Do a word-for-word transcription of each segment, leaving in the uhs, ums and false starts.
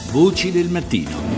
Voci del mattino.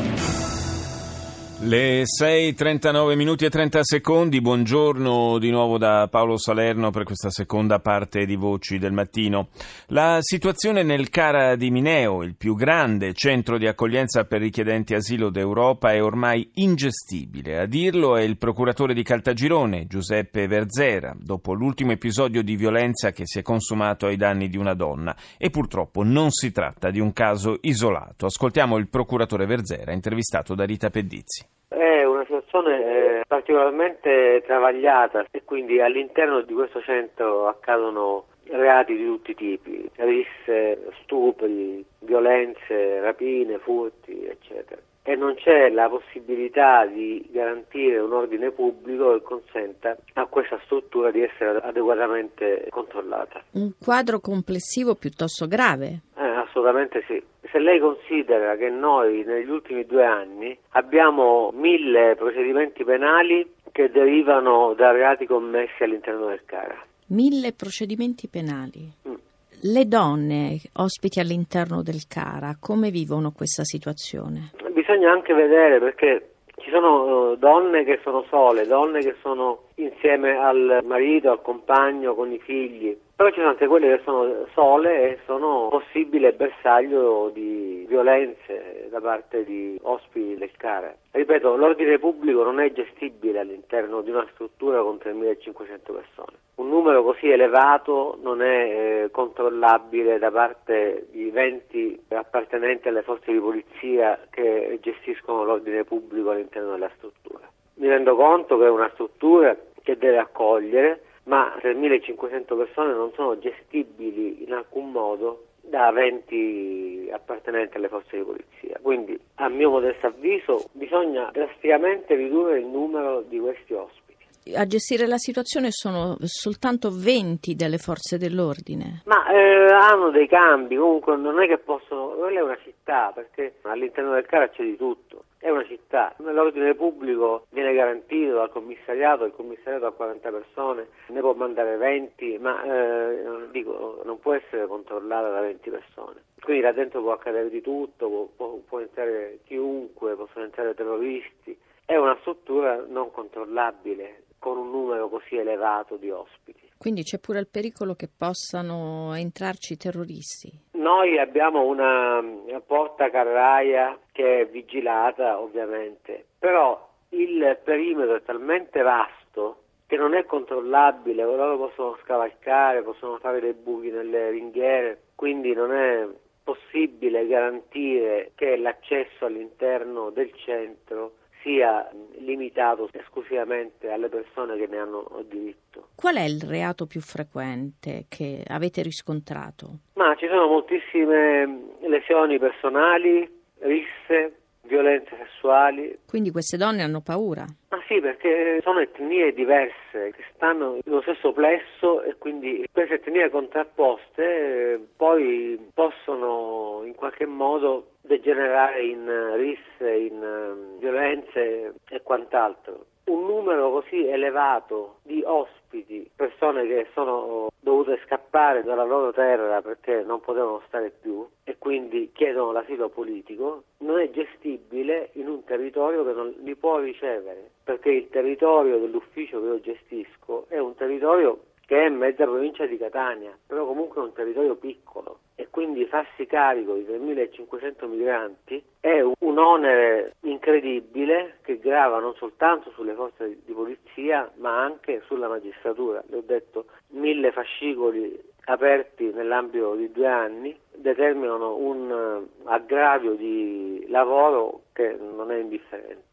Le sei e trentanove minuti e trenta secondi, buongiorno di nuovo da Paolo Salerno per questa seconda parte di Voci del Mattino. La situazione nel CARA di Mineo, il più grande centro di accoglienza per richiedenti asilo d'Europa, è ormai ingestibile. A dirlo è il procuratore di Caltagirone, Giuseppe Verzera, dopo l'ultimo episodio di violenza che si è consumato ai danni di una donna. E purtroppo non si tratta di un caso isolato. Ascoltiamo il procuratore Verzera, intervistato da Rita Pedizzi. È una situazione eh, particolarmente travagliata e quindi all'interno di questo centro accadono reati di tutti i tipi, risse, stupri, violenze, rapine, furti, eccetera. E non c'è la possibilità di garantire un ordine pubblico che consenta a questa struttura di essere adeguatamente controllata. Un quadro complessivo piuttosto grave. Eh, assolutamente sì. Se lei considera che noi negli ultimi due anni abbiamo mille procedimenti penali che derivano da reati commessi all'interno del CARA. Mille procedimenti penali. Mm. Le donne ospiti all'interno del CARA, come vivono questa situazione? Bisogna anche vedere, perché ci sono donne che sono sole, donne che sono insieme al marito, al compagno, con i figli, però ci sono anche quelle che sono sole e sono possibile bersaglio di violenze da parte di ospiti del CARA. Ripeto, l'ordine pubblico non è gestibile all'interno di una struttura con tremilacinquecento persone. Un numero così elevato non è eh, controllabile da parte di venti appartenenti alle forze di polizia che gestiscono l'ordine pubblico all'interno della struttura. Mi rendo conto che è una struttura che deve accogliere, ma tremilacinquecento persone non sono gestibili in alcun modo da venti appartenenti alle forze di polizia. Quindi, a mio modesto avviso, bisogna drasticamente ridurre il numero di questi ospiti. A gestire la situazione sono soltanto venti delle forze dell'ordine? Ma eh, hanno dei cambi, comunque non è che possono... Quella è una città, perché all'interno del CARA c'è di tutto. È una città, l'ordine pubblico viene garantito dal commissariato, il commissariato ha quaranta persone, ne può mandare venti, ma eh, dico, non può essere controllata da venti persone. Quindi là dentro può accadere di tutto, può, può, può entrare chiunque, possono entrare terroristi. È una struttura non controllabile con un numero così elevato di ospiti. Quindi c'è pure il pericolo che possano entrarci terroristi? Noi abbiamo una porta carraia che è vigilata ovviamente, però il perimetro è talmente vasto che non è controllabile, loro possono scavalcare, possono fare dei buchi nelle ringhiere, quindi non è possibile garantire che l'accesso all'interno del centro sia limitato esclusivamente alle persone che ne hanno diritto. Qual è il reato più frequente che avete riscontrato? Ma ci sono moltissime lesioni personali, risse, violenze sessuali. Quindi queste donne hanno paura? Ma sì, perché sono etnie diverse che stanno nello stesso plesso e quindi queste etnie contrapposte eh, poi possono in qualche modo degenerare in risse, in uh, violenze e quant'altro. Un numero così elevato di ospiti, persone che sono dovute scappare dalla loro terra perché non potevano stare più e quindi chiedono l'asilo politico, non è gestibile in un territorio che non li può ricevere, perché il territorio dell'ufficio che io gestisco è un territorio che è mezza provincia di Catania, però comunque è un territorio piccolo e quindi farsi carico di tremilacinquecento migranti è un onere incredibile che grava non soltanto sulle forze di polizia ma anche sulla magistratura. Le ho detto, mille fascicoli aperti nell'ambito di due anni determinano un aggravio di lavoro che non è indifferente.